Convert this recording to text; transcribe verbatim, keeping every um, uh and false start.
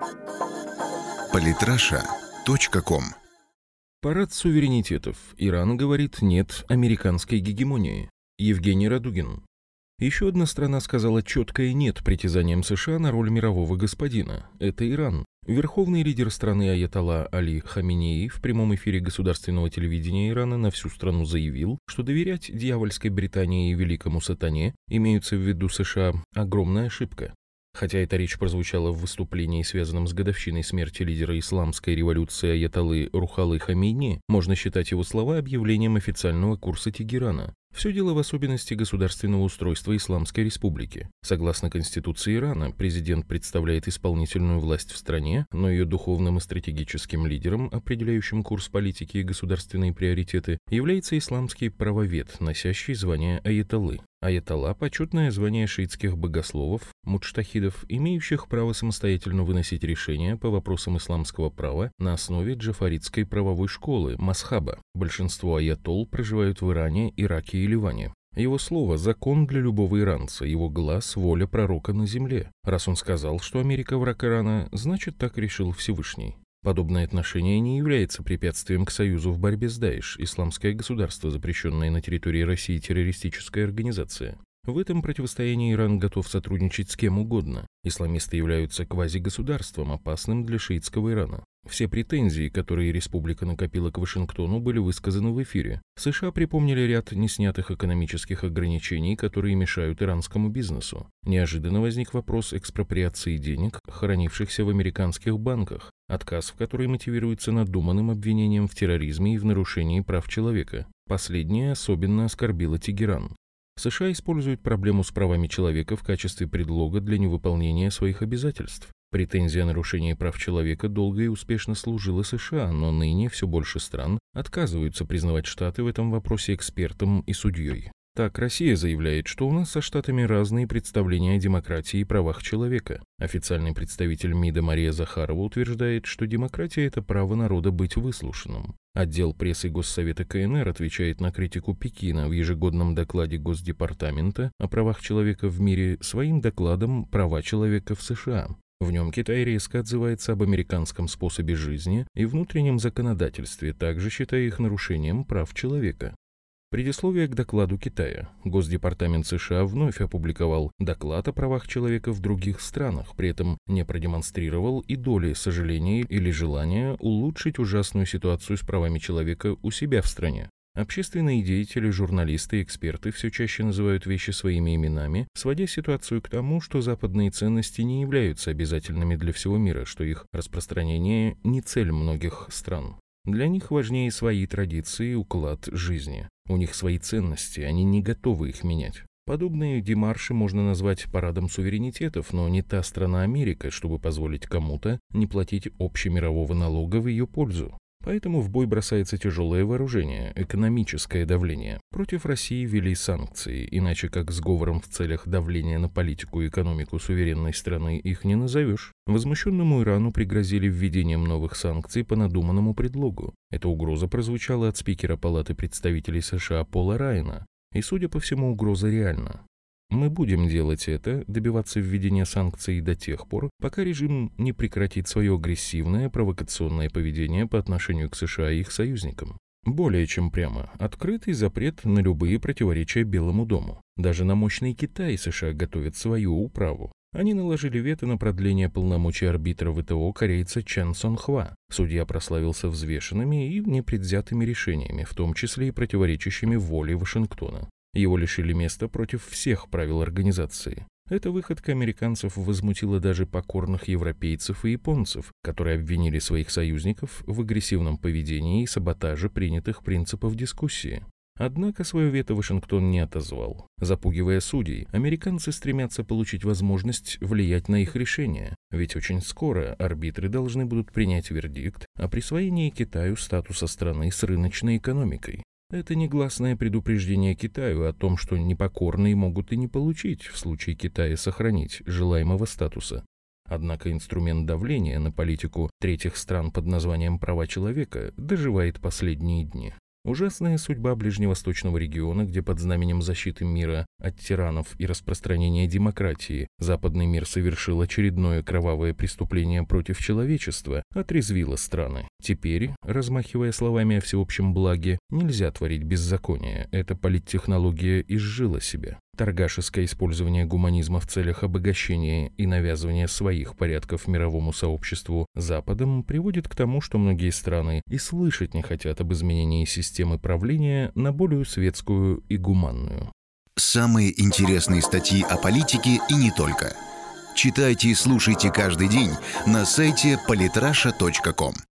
политраша точка ком. Парад суверенитетов. Иран говорит «нет» американской гегемонии. Евгений Радугин. Еще одна страна сказала четкое «нет» притязаниям США на роль мирового господина. Это Иран. Верховный лидер страны аятолла Али Хаминеи в прямом эфире государственного телевидения Ирана на всю страну заявил, что доверять дьявольской Британии и великому сатане, имеются в виду США, огромная ошибка. Хотя эта речь прозвучала в выступлении, связанном с годовщиной смерти лидера исламской революции аятоллы Рухалы Хамейни, можно считать его слова объявлением официального курса Тегерана. Все дело в особенности государственного устройства Исламской Республики. Согласно Конституции Ирана, президент представляет исполнительную власть в стране, но ее духовным и стратегическим лидером, определяющим курс политики и государственные приоритеты, является исламский правовед, носящий звание аятоллы. Аятолла – почетное звание шиитских богословов, муджтахидов, имеющих право самостоятельно выносить решения по вопросам исламского права на основе джафаритской правовой школы, масхаба. Большинство аятолл проживают в Иране, Ираке и Ливане. Его слово – закон для любого иранца, его глаз – воля пророка на земле. Раз он сказал, что Америка враг Ирана, значит, так решил Всевышний. Подобное отношение не является препятствием к союзу в борьбе с Даиш, исламское государство, запрещенное на территории России террористическая организация. В этом противостоянии Иран готов сотрудничать с кем угодно. Исламисты являются квазигосударством, опасным для шиитского Ирана. Все претензии, которые республика накопила к Вашингтону, были высказаны в эфире. США припомнили ряд неснятых экономических ограничений, которые мешают иранскому бизнесу. Неожиданно возник вопрос экспроприации денег, хранившихся в американских банках, отказ в который мотивируется надуманным обвинением в терроризме и в нарушении прав человека. Последнее особенно оскорбило Тегеран. США используют проблему с правами человека в качестве предлога для невыполнения своих обязательств. Претензия о нарушении прав человека долго и успешно служила США, но ныне все больше стран отказываются признавать Штаты в этом вопросе экспертом и судьей. Так, Россия заявляет, что у нас со Штатами разные представления о демократии и правах человека. Официальный представитель МИДа Мария Захарова утверждает, что демократия – это право народа быть выслушанным. Отдел прессы Госсовета КНР отвечает на критику Пекина в ежегодном докладе Госдепартамента о правах человека в мире своим докладом «Права человека в США». В нем Китай резко отзывается об американском способе жизни и внутреннем законодательстве, также считая их нарушением прав человека. Предисловие к докладу Китая. Госдепартамент США вновь опубликовал доклад о правах человека в других странах, при этом не продемонстрировал и доли сожаления или желания улучшить ужасную ситуацию с правами человека у себя в стране. Общественные деятели, журналисты и эксперты все чаще называют вещи своими именами, сводя ситуацию к тому, что западные ценности не являются обязательными для всего мира, что их распространение не цель многих стран. Для них важнее свои традиции и уклад жизни. У них свои ценности, они не готовы их менять. Подобные демарши можно назвать парадом суверенитетов, но не та страна Америка, чтобы позволить кому-то не платить общемирового налога в ее пользу. Поэтому в бой бросается тяжелое вооружение, экономическое давление. Против России ввели санкции, иначе как сговором в целях давления на политику и экономику суверенной страны их не назовешь. Возмущенному Ирану пригрозили введением новых санкций по надуманному предлогу. Эта угроза прозвучала от спикера Палаты представителей США Пола Райана. И, судя по всему, угроза реальна. Мы будем делать это, добиваться введения санкций до тех пор, пока режим не прекратит свое агрессивное, провокационное поведение по отношению к США и их союзникам. Более чем прямо, открытый запрет на любые противоречия Белому дому. Даже на мощный Китай США готовят свою управу. Они наложили вето на продление полномочий арбитра ВТО корейца Чан Сон Хва. Судья прославился взвешенными и непредвзятыми решениями, в том числе и противоречащими воле Вашингтона. Его лишили места против всех правил организации. Эта выходка американцев возмутила даже покорных европейцев и японцев, которые обвинили своих союзников в агрессивном поведении и саботаже принятых принципов дискуссии. Однако свое вето Вашингтон не отозвал. Запугивая судей, американцы стремятся получить возможность влиять на их решения, ведь очень скоро арбитры должны будут принять вердикт о присвоении Китаю статуса страны с рыночной экономикой. Это негласное предупреждение Китаю о том, что непокорные могут и не получить в случае Китая сохранить желаемого статуса. Однако инструмент давления на политику третьих стран под названием «права человека» доживает последние дни. Ужасная судьба ближневосточного региона, где под знаменем защиты мира от тиранов и распространения демократии западный мир совершил очередное кровавое преступление против человечества, отрезвила страны. Теперь, размахивая словами о всеобщем благе, нельзя творить беззаконие, эта политтехнология изжила себя. Торгашеское использование гуманизма в целях обогащения и навязывания своих порядков мировому сообществу Западом приводит к тому, что многие страны и слышать не хотят об изменении системы правления на более светскую и гуманную. Самые интересные статьи о политике и не только. Читайте и слушайте каждый день на сайте политраша точка ком.